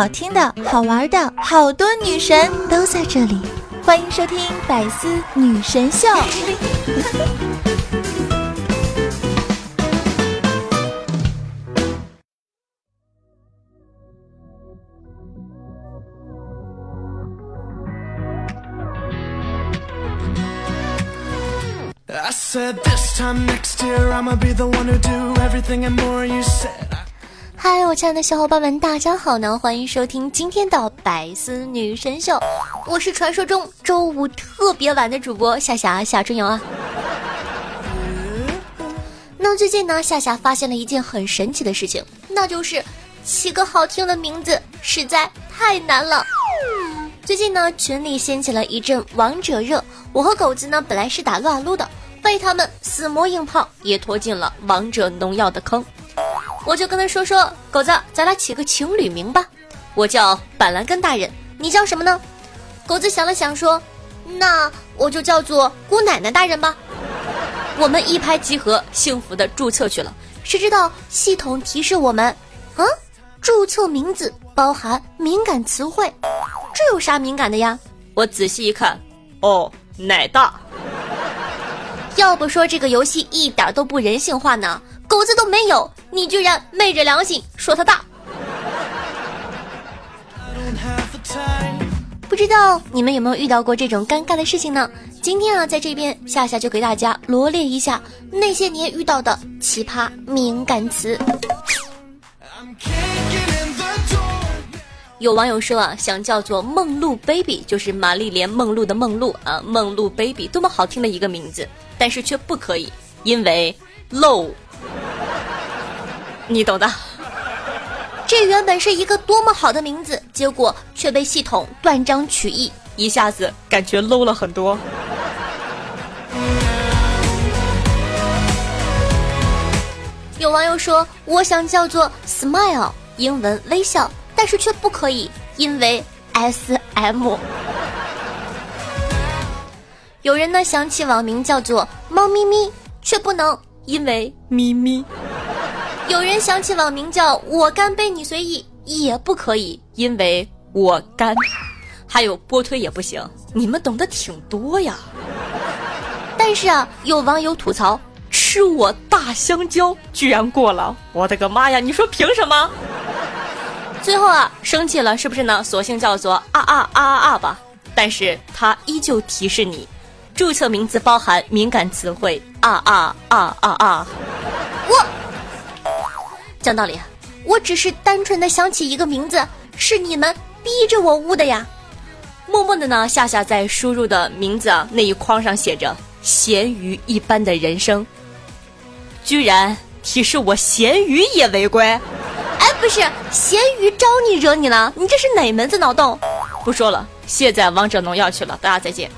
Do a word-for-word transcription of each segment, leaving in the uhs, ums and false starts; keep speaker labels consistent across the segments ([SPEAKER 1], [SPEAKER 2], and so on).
[SPEAKER 1] 好听的、好玩的，好多女神都在这里，欢迎收听百思女神秀。
[SPEAKER 2] I said this time next year I'ma be the one who do everything and more you said。
[SPEAKER 3] 嗨，我亲爱的小伙伴们，大家好呢，欢迎收听今天的百思女神秀，我是传说中周五特别晚的主播夏夏夏春瑶啊。那最近呢，夏夏发现了一件很神奇的事情，那就是起个好听的名字实在太难了。最近呢，群里掀起了一阵王者热，我和狗子呢本来是打撸啊撸的，被他们死磨硬泡，也拖进了王者农药的坑。我就跟他说说，狗子，咱俩起个情侣名吧，我叫板蓝根大人，你叫什么呢？狗子想了想说，那我就叫做姑奶奶大人吧。我们一拍即合，幸福的注册去了。谁知道系统提示我们，啊，注册名字包含敏感词汇，这有啥敏感的呀？我仔细一看，哦，奶大。要不说这个游戏一点都不人性化呢，狗子都没有，你居然昧着良心说它大。不知道你们有没有遇到过这种尴尬的事情呢？今天啊，在这边夏夏就给大家罗列一下那些年遇到的奇葩敏感词。有网友说啊，想叫做梦露 baby， 就是玛丽莲梦露的梦露啊，梦露 baby 多么好听的一个名字，但是却不可以，因为露，你懂的。这原本是一个多么好的名字，结果却被系统断章取义，一下子感觉 low 了很多。有网友说，我想叫做 smile， 英文微笑，但是却不可以，因为 S M。 有人呢想起网名叫做猫咪咪，却不能，因为咪咪。有人想起网名叫我干杯你随意，也不可以，因为我干。还有波推也不行，你们懂得挺多呀。但是啊，有网友吐槽，吃我大香蕉居然过了，我的个妈呀，你说凭什么？最后啊，生气了是不是呢？索性叫做啊啊啊啊啊吧。但是他依旧提示你，注册名字包含敏感词汇啊啊啊啊啊。我讲道理，我只是单纯的想起一个名字，是你们逼着我悟的呀。默默的呢，夏夏在输入的名字啊那一框上写着咸鱼一般的人生，居然提示我咸鱼也违规。哎，不是，咸鱼招你惹你了？你这是哪门子脑洞？不说了，卸载王者农药去了，大家再见。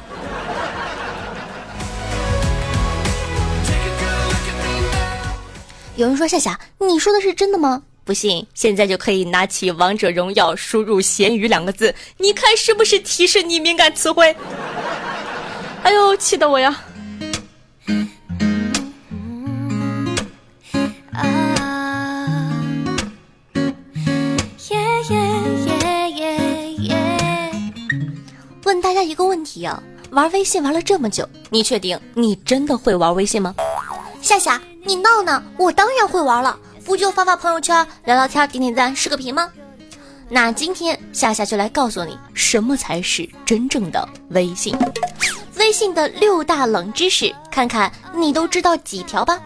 [SPEAKER 3] 有人说夏夏，你说的是真的吗？不信，现在就可以拿起王者荣耀，输入咸鱼两个字，你看是不是提示你敏感词汇？哎呦，气得我呀！问大家一个问题啊，玩微信玩了这么久，你确定你真的会玩微信吗？夏夏，你闹呢？我当然会玩了，不就发发朋友圈、聊聊天、点点赞、视个频吗？那今天夏夏就来告诉你，什么才是真正的微信。微信的六大冷知识，看看你都知道几条吧。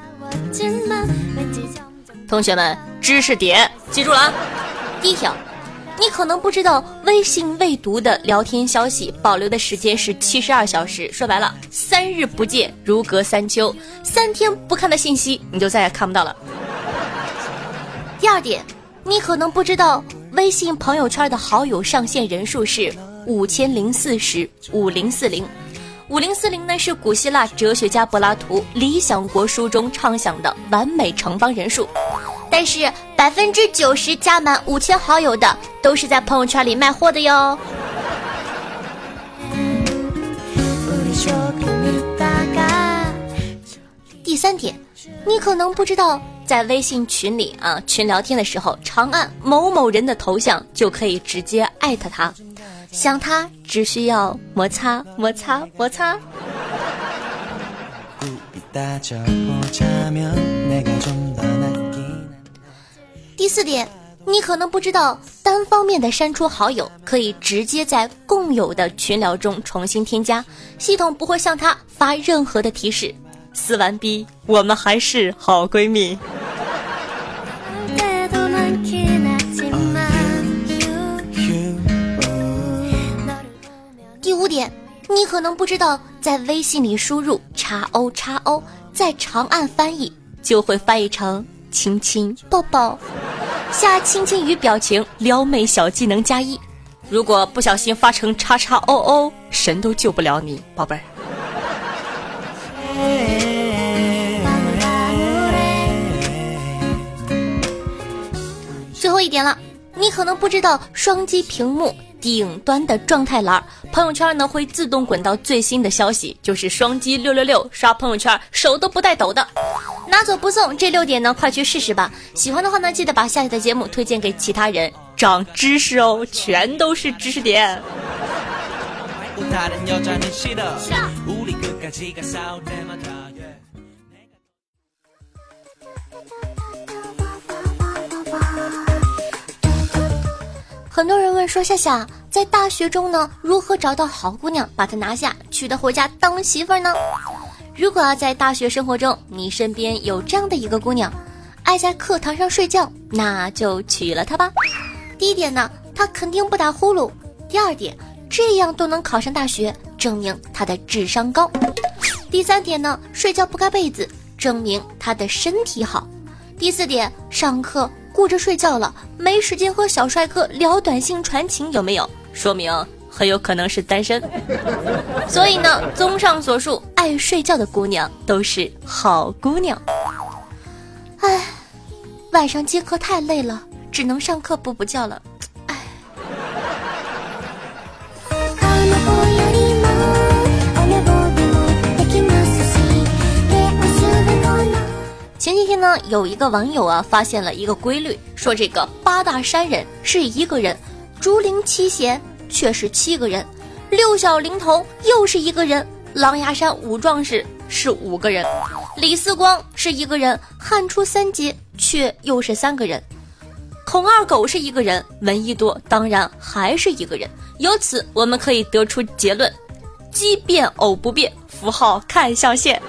[SPEAKER 3] 同学们，知识点记住了啊！第一条，你可能不知道，微信未读的聊天消息保留的时间是七十二小时。说白了，三日不见如隔三秋，三天不看的信息你就再也看不到了。第二点，你可能不知道，微信朋友圈的好友上限人数是五千零四十五零四零。五零四零呢是古希腊哲学家柏拉图《理想国》书中畅想的完美城邦人数，但是百分之九十加满五千好友的都是在朋友圈里卖货的哟。第三点，你可能不知道， 在微信群里啊群聊天的时候，长按某某人的头像就可以直接艾特他，想他只需要摩擦摩擦摩擦。第四点，你可能不知道，单方面的删除好友可以直接在共有的群聊中重新添加，系统不会向他发任何的提示。撕完逼，我们还是好闺蜜。第五点，你可能不知道，在微信里输入叉 O 叉 O， 再长按翻译，就会翻译成亲亲抱抱。下亲亲语表情，撩妹小技能加一。如果不小心发成叉叉 O O， 神都救不了你，宝贝儿。最后一点了，你可能不知道，双击屏幕顶端的状态栏，朋友圈呢会自动滚到最新的消息，就是双击六六六刷朋友圈，手都不带抖的。拿走不送，这六点呢，快去试试吧。喜欢的话呢，记得把下载的节目推荐给其他人，长知识哦，全都是知识点。很多人问说，夏夏在大学中呢，如何找到好姑娘，把她拿下，娶她回家当媳妇儿呢？如果在大学生活中，你身边有这样的一个姑娘，爱在课堂上睡觉，那就娶了她吧。第一点呢，她肯定不打呼噜；第二点，这样都能考上大学，证明她的智商高；第三点呢，睡觉不盖被子，证明她的身体好；第四点，上课顾着睡觉了，没时间和小帅哥聊短信传情，有没有？说明很有可能是单身。所以呢，综上所述，爱睡觉的姑娘都是好姑娘。唉，晚上接课太累了，只能上课补补觉了。唉。前几天呢，有一个网友啊发现了一个规律，说这个八大山人是一个人，竹林七贤却是七个人，六小龄童又是一个人，狼牙山五壮士是五个人，李四光是一个人，汉初三杰却又是三个人，孔二狗是一个人，闻一多当然还是一个人。由此我们可以得出结论：奇变偶不变，符号看象限。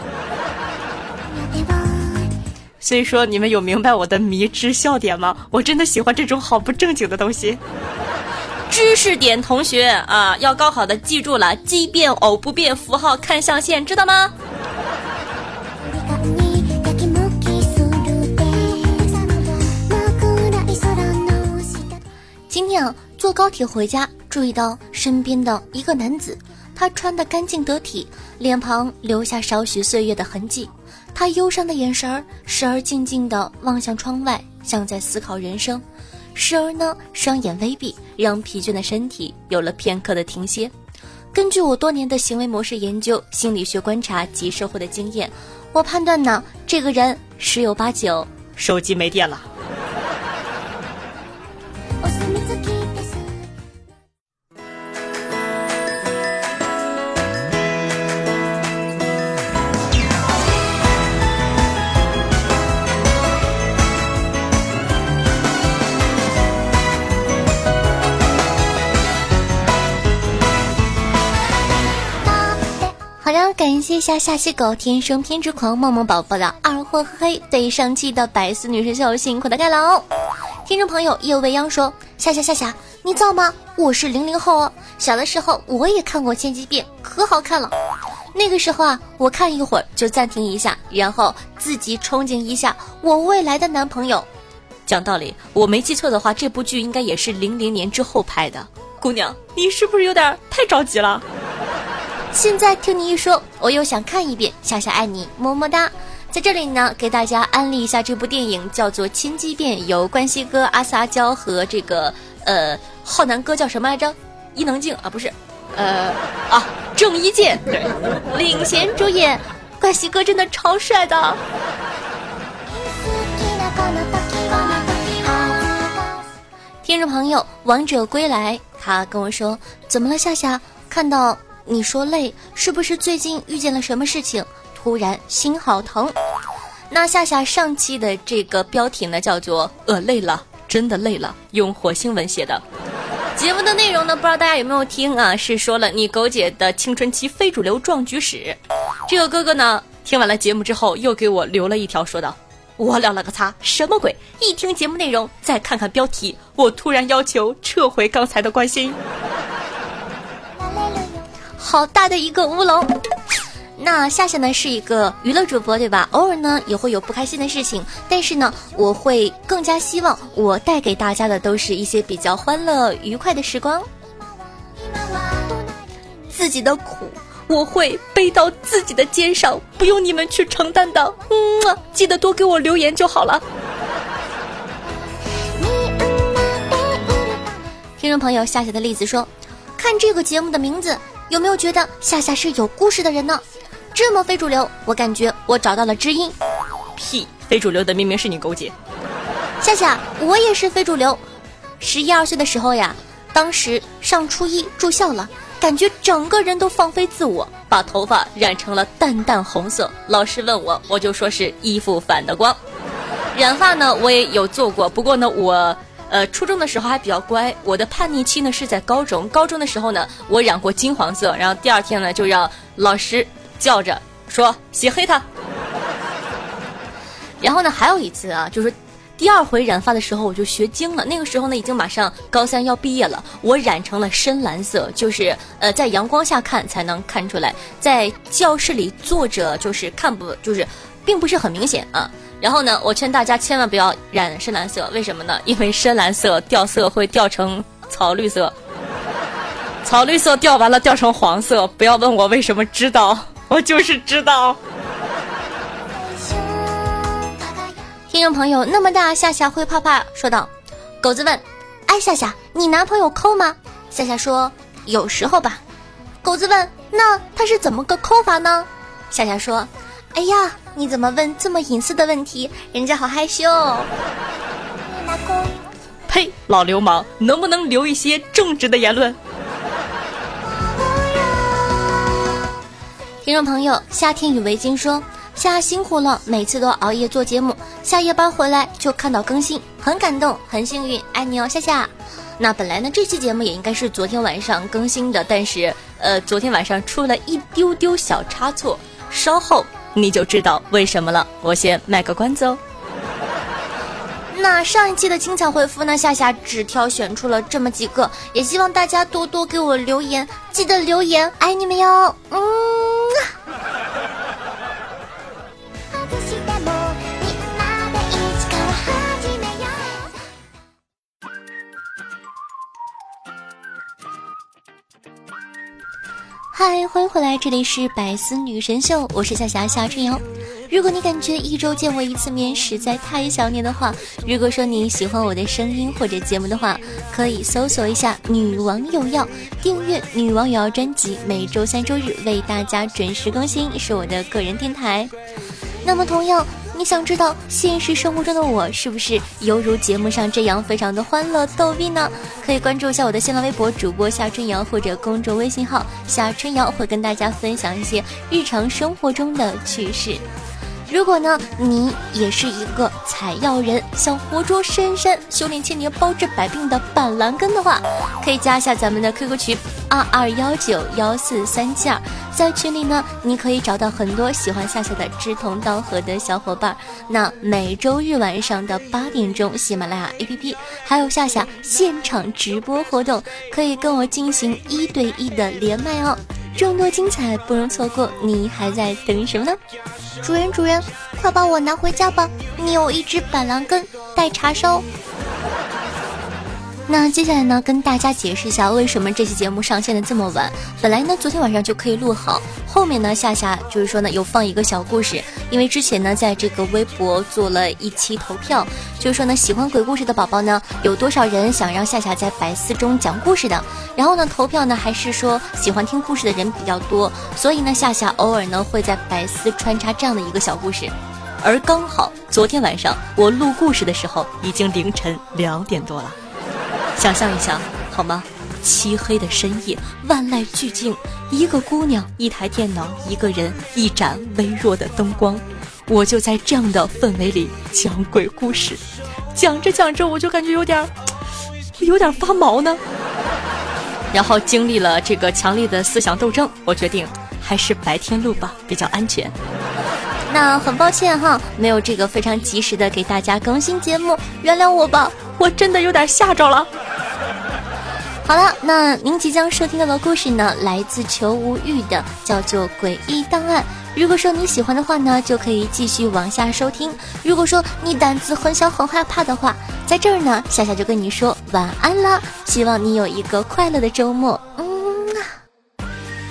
[SPEAKER 3] 所以说，你们有明白我的迷之笑点吗？我真的喜欢这种好不正经的东西。知识点同学啊，要高考的记住了，奇变偶不变，符号看象限，知道吗？今天啊，坐高铁回家，注意到身边的一个男子，他穿得干净得体，脸庞留下少许岁月的痕迹。他忧伤的眼神儿，时而静静地望向窗外，像在思考人生；时而呢，双眼微闭，让疲倦的身体有了片刻的停歇。根据我多年的行为模式研究、心理学观察及社会的经验，我判断呢，这个人十有八九手机没电了。好的，感谢一下夏西狗、天生偏执狂、梦梦宝宝的二货黑，对上期的百思女神秀辛苦的盖楼。听众朋友叶未央说，夏夏夏夏你造吗？我是零零后哦，小的时候我也看过千机变，可好看了。那个时候啊，我看一会儿就暂停一下，然后自己憧憬一下我未来的男朋友。讲道理，我没记错的话，这部剧应该也是零零年之后拍的。姑娘，你是不是有点太着急了？现在听你一说，我又想看一遍。夏夏爱你，么么哒。在这里呢，给大家安利一下这部电影，叫做《千机变》，由关西哥阿撒娇和这个呃浩南哥叫什么来着？伊能静啊，不是，呃啊郑伊健对领衔主演。关西哥真的超帅的。 听众朋友王者归来，他跟我说，怎么了夏夏，看到你说累，是不是最近遇见了什么事情，突然心好疼？那夏夏上期的这个标题呢叫做呃累了，真的累了，用火星文写的。节目的内容呢，不知道大家有没有听啊？是说了你狗姐的青春期非主流壮举史。这个哥哥呢，听完了节目之后，又给我留了一条，说道：“我了了个擦，什么鬼？一听节目内容，再看看标题，我突然要求撤回刚才的关心。”好大的一个乌龙！那夏夏呢是一个娱乐主播，对吧？偶尔呢也会有不开心的事情，但是呢我会更加希望我带给大家的都是一些比较欢乐愉快的时光。自己的苦我会背到自己的肩上，不用你们去承担的。嗯，记得多给我留言就好了。听众朋友夏夏的例子说，看这个节目的名字，有没有觉得夏夏是有故事的人呢？这么非主流，我感觉我找到了知音。屁，非主流的明明是你狗姐。夏夏，我也是非主流。十一二岁的时候呀，当时上初一住校了，感觉整个人都放飞自我，把头发染成了淡淡红色。老师问我，我就说是衣服反的光。染发呢，我也有做过，不过呢，我呃初中的时候还比较乖。我的叛逆期呢是在高中，高中的时候呢，我染过金黄色，然后第二天呢就让老师叫着说洗黑它。然后呢还有一次啊，就是第二回染发的时候我就学精了，那个时候呢已经马上高三要毕业了，我染成了深蓝色，就是呃在阳光下看才能看出来，在教室里坐着就是看不就是并不是很明显啊。然后呢我劝大家千万不要染深蓝色，为什么呢？因为深蓝色掉色会掉成草绿色，草绿色掉完了掉成黄色，不要问我为什么知道，我就是知道。听众朋友那么大夏夏会怕怕说道，狗子问，哎夏夏，你男朋友抠吗？夏夏说有时候吧。狗子问，那他是怎么个抠法呢？夏夏说，哎呀，你怎么问这么隐私的问题，人家好害羞。呸，老流氓，能不能留一些正直的言论？听众朋友夏天与围巾说，夏辛苦了，每次都熬夜做节目，下夜班回来就看到更新，很感动，很幸运，爱你哦夏夏。那本来呢这期节目也应该是昨天晚上更新的，但是呃昨天晚上出了一丢丢小差错，稍后你就知道为什么了，我先卖个关子哦。那上一期的精彩回复呢，夏夏只挑选出了这么几个，也希望大家多多给我留言，记得留言，爱你们哟。嗯。嗨，欢迎回来，这里是百思女神秀，我是夏夏夏春瑶。如果你感觉一周见我一次面实在太想念的话，如果说你喜欢我的声音或者节目的话，可以搜索一下女王有药，订阅女王有药专辑，每周三周日为大家准时更新，是我的个人电台。那么同样你想知道现实生活中的我是不是犹如节目上这样非常的欢乐逗逼呢？可以关注一下我的新浪微博主播夏春瑶，或者公众微信号夏春瑶，会跟大家分享一些日常生活中的趣事。如果呢你也是一个采药人，想活捉深山修炼千年包治百病的板蓝根的话，可以加一下咱们的 Q Q 群二二幺九幺四三七二，在群里呢你可以找到很多喜欢夏夏的志同道合的小伙伴。那每周日晚上的八点钟，喜马拉雅 A P P 还有夏夏现场直播活动，可以跟我进行一对一的连麦哦，众多精彩不容错过，你还在等什么呢？主人主人，快把我拿回家吧，你有一只板蓝根带茶烧。那接下来呢跟大家解释一下为什么这期节目上线的这么晚。本来呢昨天晚上就可以录好，后面呢夏夏就是说呢有放一个小故事，因为之前呢在这个微博做了一期投票，就是说呢喜欢鬼故事的宝宝呢有多少人想让夏夏在百思中讲故事的，然后呢投票呢还是说喜欢听故事的人比较多，所以呢夏夏偶尔呢会在百思穿插这样的一个小故事。 而刚好昨天晚上我录故事的时候已经凌晨两点多了。想象一下好吗？漆黑的深夜，万籁俱静，一个姑娘，一台电脑，一个人，一盏微弱的灯光，我就在这样的氛围里讲鬼故事，讲着讲着我就感觉有点有点发毛呢。然后经历了这个强烈的思想斗争，我决定还是白天录吧，比较安全。那很抱歉哈，没有这个非常及时的给大家更新节目，原谅我吧，我真的有点吓着了。好了，那您即将收听到的故事呢，来自求无欲的，叫做《诡异档案》。如果说你喜欢的话呢，就可以继续往下收听。如果说你胆子很小很害怕的话，在这儿呢，夏夏就跟你说晚安啦，希望你有一个快乐的周末。嗯啊。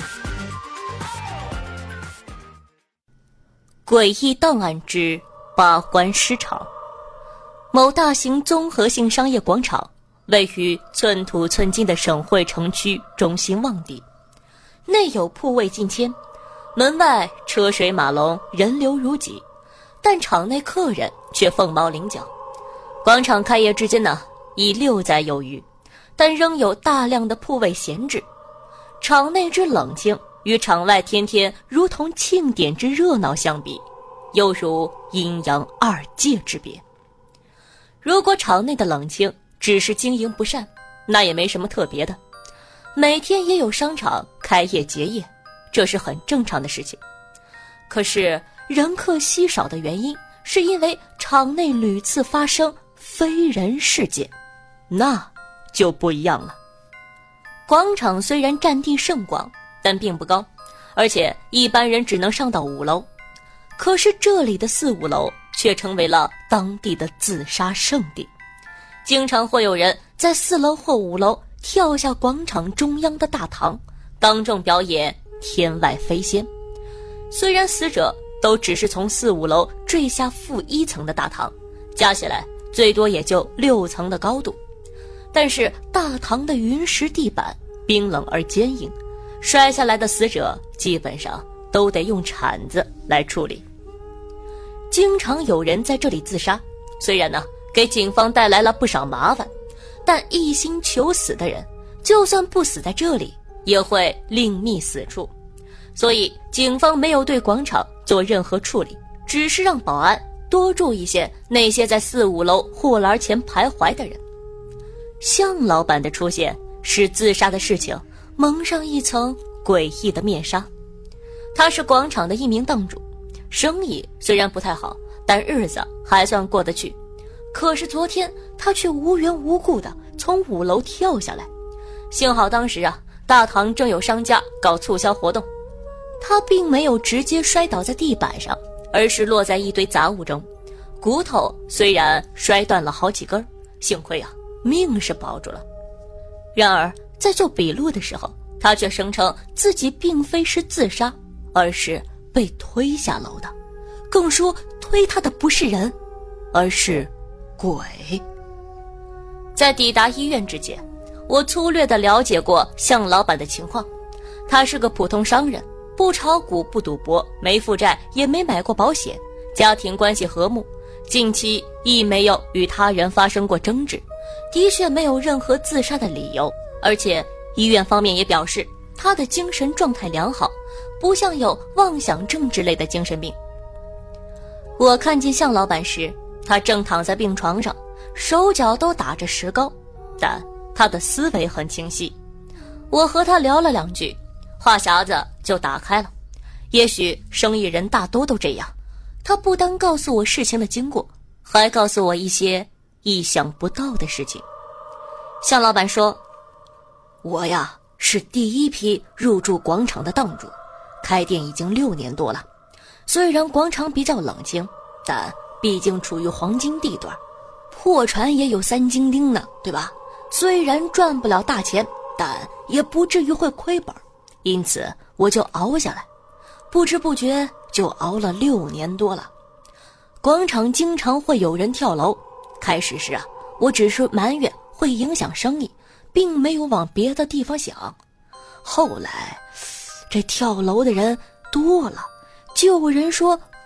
[SPEAKER 3] 诡异档案之八关尸场。某大型综合性商业广场位于寸土寸金的省会城区中心旺地，内有铺位近千，门外车水马龙，人流如挤，但场内客人却凤毛麟角。广场开业至今呢，已六载有余，但仍有大量的铺位闲置。场内之冷清，与场外天天如同庆典之热闹相比，犹如阴阳二界之别。如果场内的冷清只是经营不善，那也没什么特别的，每天也有商场开业结业，这是很正常的事情。可是人客稀少的原因，是因为场内屡次发生非人事件，那就不一样了。广场虽然占地甚广，但并不高，而且一般人只能上到五楼。可是这里的四五楼却成为了当地的自杀圣地，经常会有人在四楼或五楼跳下广场中央的大堂，当众表演天外飞仙。虽然死者都只是从四五楼坠下负一层的大堂，加起来最多也就六层的高度，但是大堂的云石地板冰冷而坚硬，摔下来的死者基本上都得用铲子来处理。经常有人在这里自杀，虽然呢给警方带来了不少麻烦，但一心求死的人就算不死在这里，也会另觅死处。所以警方没有对广场做任何处理，只是让保安多注意些那些在四五楼护栏前徘徊的人。向老板的出现使自杀的事情蒙上一层诡异的面纱。他是广场的一名档主，生意虽然不太好，但日子还算过得去。可是昨天他却无缘无故地从五楼跳下来，幸好当时啊，大堂正有商家搞促销活动，他并没有直接摔倒在地板上，而是落在一堆杂物中。骨头虽然摔断了好几根，幸亏啊，命是保住了。然而在做笔录的时候，他却声称自己并非是自杀，而是被推下楼的，更说推他的不是人，而是鬼。在抵达医院之前，我粗略地了解过向老板的情况。他是个普通商人，不炒股不赌博，没负债也没买过保险，家庭关系和睦，近期亦没有与他人发生过争执，的确没有任何自杀的理由。而且医院方面也表示他的精神状态良好，不像有妄想症之类的精神病。我看见向老板时，他正躺在病床上，手脚都打着石膏，但他的思维很清晰。我和他聊了两句，话匣子就打开了。也许生意人大多都这样，他不单告诉我事情的经过，还告诉我一些意想不到的事情。向老板说，我呀是第一批入驻广场的档主，开店已经六年多了。虽然广场比较冷清，但毕竟处于黄金地段，破船也有三斤钉呢，对吧？虽然赚不了大钱，但也不至于会亏本，因此我就熬下来，不知不觉就熬了六年多了。广场经常会有人跳楼，开始时啊，我只是埋怨会影响生意，并没有往别的地方想。后来这跳楼的人多了，就有人说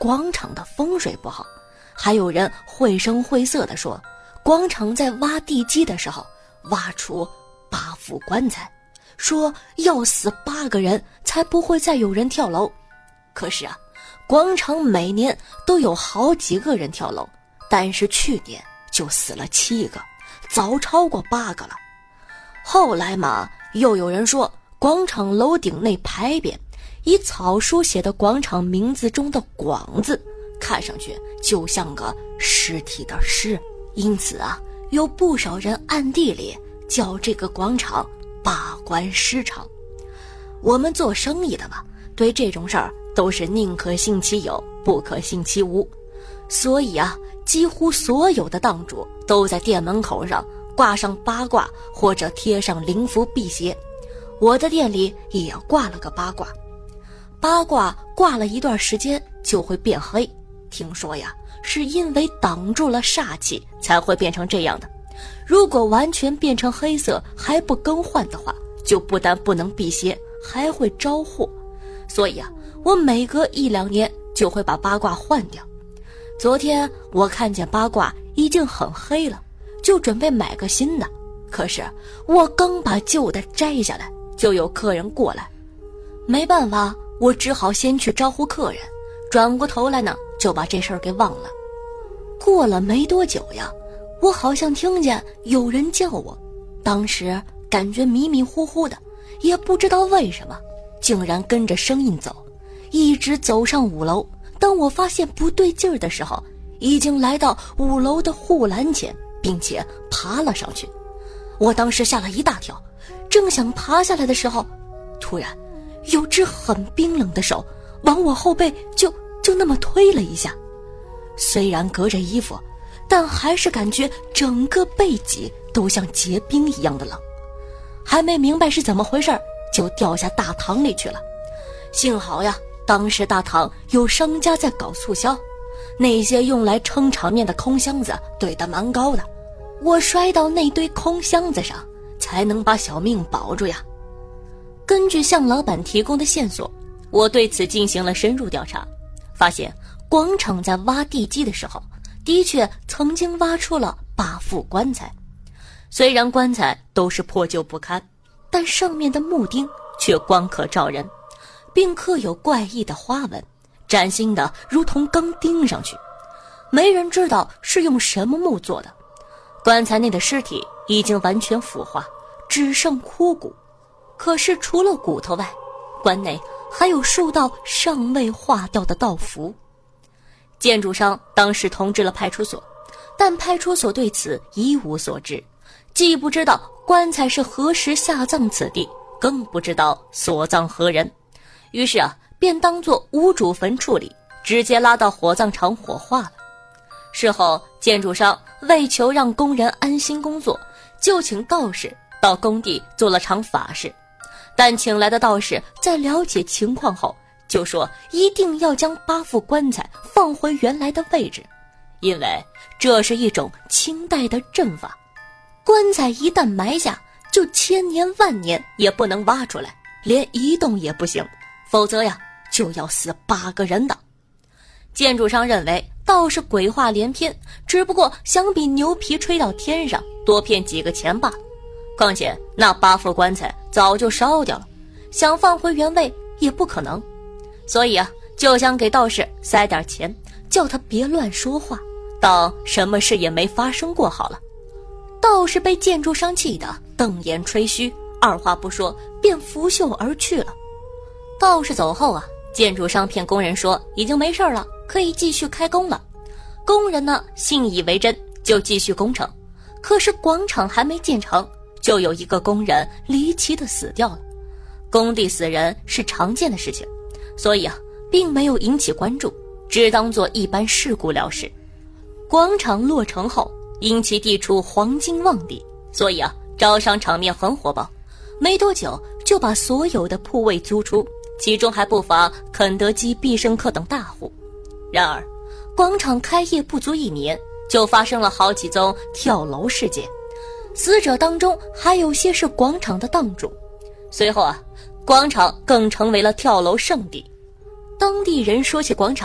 [SPEAKER 3] 广场的风水不好，还有人绘声绘色地说，广场在挖地基的时候挖出八副棺材，说要死八个人才不会再有人跳楼。可是啊，广场每年都有好几个人跳楼，但是去年就死了七个，早超过八个了。后来嘛，又有人说广场楼顶那牌匾以草书写的广场名字中的广字，看上去就像个尸体的尸，因此啊，有不少人暗地里叫这个广场八官尸场。我们做生意的嘛，对这种事儿都是宁可信其有，不可信其无，所以啊，几乎所有的档主都在店门口上挂上八卦或者贴上灵符辟邪。我的店里也挂了个八卦，八卦挂了一段时间就会变黑，听说呀，是因为挡住了煞气才会变成这样的。如果完全变成黑色还不更换的话，就不但不能辟邪，还会招祸。所以啊，我每隔一两年就会把八卦换掉。昨天我看见八卦已经很黑了，就准备买个新的，可是我刚把旧的摘下来，就有客人过来，没办法，我只好先去招呼客人，转过头来呢，就把这事儿给忘了。过了没多久呀，我好像听见有人叫我，当时感觉迷迷糊糊的，也不知道为什么，竟然跟着声音走，一直走上五楼。当我发现不对劲儿的时候，已经来到五楼的护栏前，并且爬了上去。我当时吓了一大跳，正想爬下来的时候，突然有只很冰冷的手往我后背就就那么推了一下。虽然隔着衣服，但还是感觉整个背脊都像结冰一样的冷。还没明白是怎么回事，就掉下大堂里去了。幸好呀，当时大堂有商家在搞促销，那些用来撑场面的空箱子堆得蛮高的，我摔到那堆空箱子上，才能把小命保住呀。根据向老板提供的线索，我对此进行了深入调查，发现广场在挖地基的时候，的确曾经挖出了八副棺材。虽然棺材都是破旧不堪，但上面的木钉却光可照人，并刻有怪异的花纹，崭新的如同刚钉上去。没人知道是用什么木做的。棺材内的尸体已经完全腐化，只剩枯骨。可是除了骨头外，棺内还有数道尚未化掉的道符。建筑商当时通知了派出所，但派出所对此一无所知，既不知道棺材是何时下葬此地，更不知道所葬何人。于是啊，便当作无主坟处理，直接拉到火葬场火化了。事后建筑商为求让工人安心工作，就请道士到工地做了场法事，但请来的道士在了解情况后就说一定要将八副棺材放回原来的位置，因为这是一种清代的阵法，棺材一旦埋下，就千年万年也不能挖出来，连移动也不行，否则呀就要死八个人的。建筑商认为道士鬼话连篇，只不过想比牛皮吹到天上多骗几个钱罢了。况且那八副棺材早就烧掉了，想放回原位也不可能，所以啊，就想给道士塞点钱，叫他别乱说话，当什么事也没发生过好了。道士被建筑商气得瞪眼吹嘘，二话不说便拂袖而去了。道士走后啊，建筑商骗工人说已经没事了，可以继续开工了。工人呢信以为真，就继续工程。可是广场还没建成，就有一个工人离奇的死掉了。工地死人是常见的事情，所以啊，并没有引起关注，只当作一般事故了事。广场落成后，因其地处黄金旺地，所以啊，招商场面很火爆，没多久就把所有的铺位租出，其中还不乏肯德基、必胜客等大户。然而广场开业不足一年，就发生了好几宗跳楼事件，死者当中还有些是广场的档主。随后啊，广场更成为了跳楼圣地。当地人说起广场，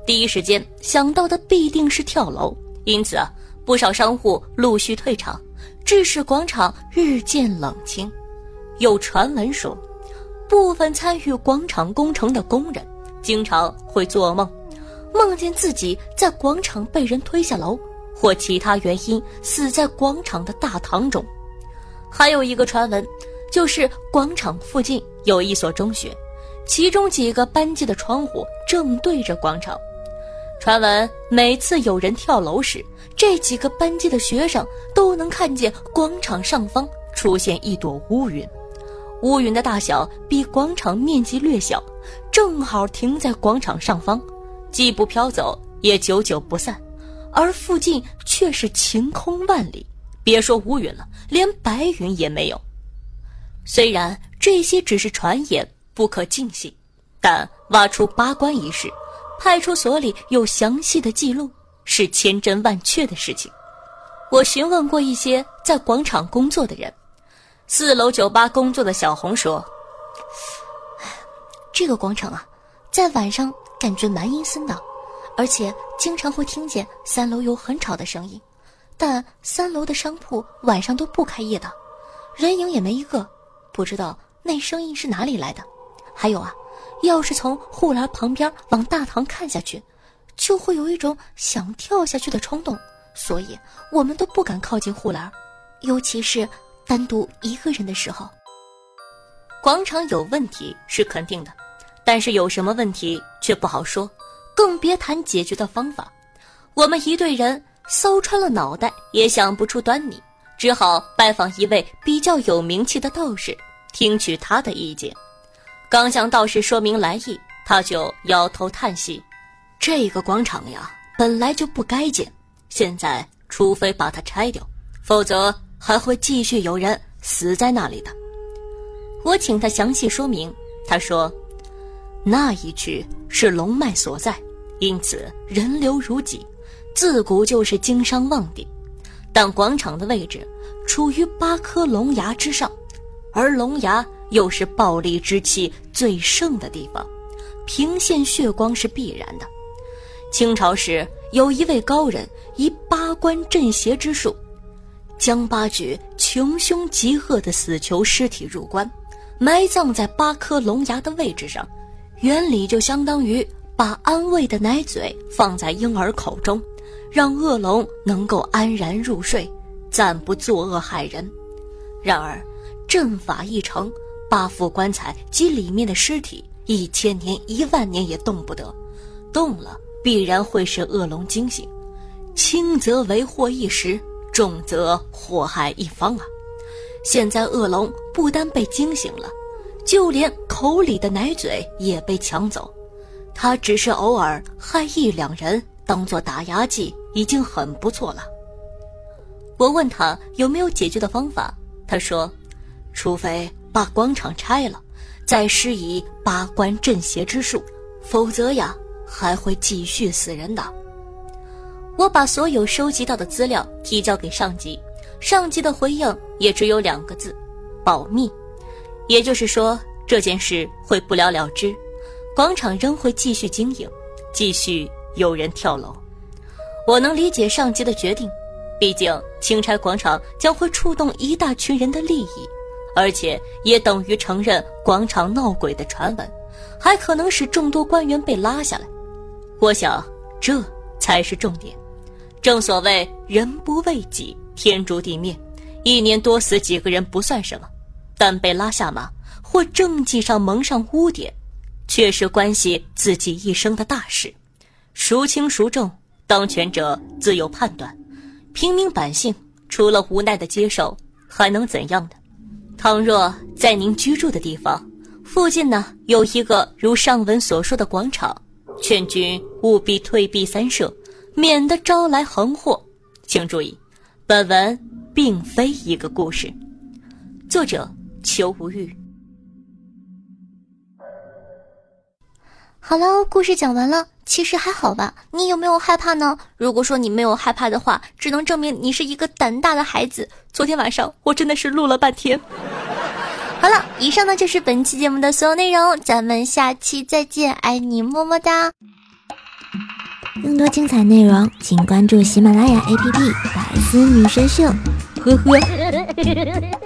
[SPEAKER 3] 第一时间想到的必定是跳楼，因此啊，不少商户陆续退场，致使广场日渐冷清。有传闻说，部分参与广场工程的工人经常会做梦，梦见自己在广场被人推下楼，或其他原因死在广场的大堂中。还有一个传闻，就是广场附近有一所中学，其中几个班级的窗户正对着广场。传闻每次有人跳楼时，这几个班级的学生都能看见广场上方出现一朵乌云，乌云的大小比广场面积略小，正好停在广场上方，既不飘走也久久不散，而附近却是晴空万里，别说乌云了，连白云也没有。虽然这些只是传言，不可尽信，但挖出八关一事，派出所里有详细的记录，是千真万确的事情。我询问过一些在广场工作的人，四楼酒吧工作的小红说，这个广场啊，在晚上感觉蛮阴森的，而且经常会听见三楼有很吵的声音，但三楼的商铺晚上都不开业的，人影也没一个，不知道那声音是哪里来的。还有啊，要是从护栏旁边往大堂看下去，就会有一种想跳下去的冲动，所以我们都不敢靠近护栏，尤其是单独一个人的时候。广场有问题是肯定的，但是有什么问题却不好说，更别谈解决的方法。我们一队人搜穿了脑袋也想不出端倪，只好拜访一位比较有名气的道士，听取他的意见。刚向道士说明来意，他就摇头叹息，这个广场呀，本来就不该建，现在除非把它拆掉，否则还会继续有人死在那里的。我请他详细说明，他说那一区是龙脉所在，因此人流如挤，自古就是经商旺地，但广场的位置处于八颗龙牙之上，而龙牙又是暴戾之气最盛的地方，平现血光是必然的。清朝时有一位高人以八关镇邪之术，将八具穷凶极恶的死囚尸体入关，埋葬在八颗龙牙的位置上，原理就相当于把安慰的奶嘴放在婴儿口中，让恶龙能够安然入睡，暂不作恶害人。然而阵法一成，八副棺材及里面的尸体一千年一万年也动不得，动了必然会使恶龙惊醒，轻则为祸一时，重则祸害一方啊！现在恶龙不单被惊醒了，就连口里的奶嘴也被抢走，他只是偶尔害一两人当作打牙祭，已经很不错了。我问他有没有解决的方法，他说除非把广场拆了，再施以八关镇邪之术，否则呀还会继续死人的。我把所有收集到的资料提交给上级，上级的回应也只有两个字：保密。也就是说，这件事会不了了之，广场仍会继续经营，继续有人跳楼。我能理解上级的决定，毕竟清拆广场将会触动一大群人的利益，而且也等于承认广场闹鬼的传闻，还可能使众多官员被拉下来。我想这才是重点。正所谓人不为己，天诛地灭，一年多死几个人不算什么，但被拉下马或政绩上蒙上污点，却是关系自己一生的大事。孰轻孰重，当权者自有判断，平民百姓除了无奈的接受，还能怎样呢？倘若在您居住的地方附近呢有一个如上文所说的广场，劝君务必退避三舍，免得招来横祸。请注意，本文并非一个故事。作者邱无欲。
[SPEAKER 1] 好了，故事讲完了，其实还好吧，你有没有害怕呢？如果说你没有害怕的话，只能证明你是一个胆大的孩子。昨天晚上我真的是录了半天。好了，以上呢就是本期节目的所有内容，咱们下期再见，爱你么么哒。
[SPEAKER 4] 更多精彩内容，请关注喜马拉雅 A P P《百思女神秀》。呵呵。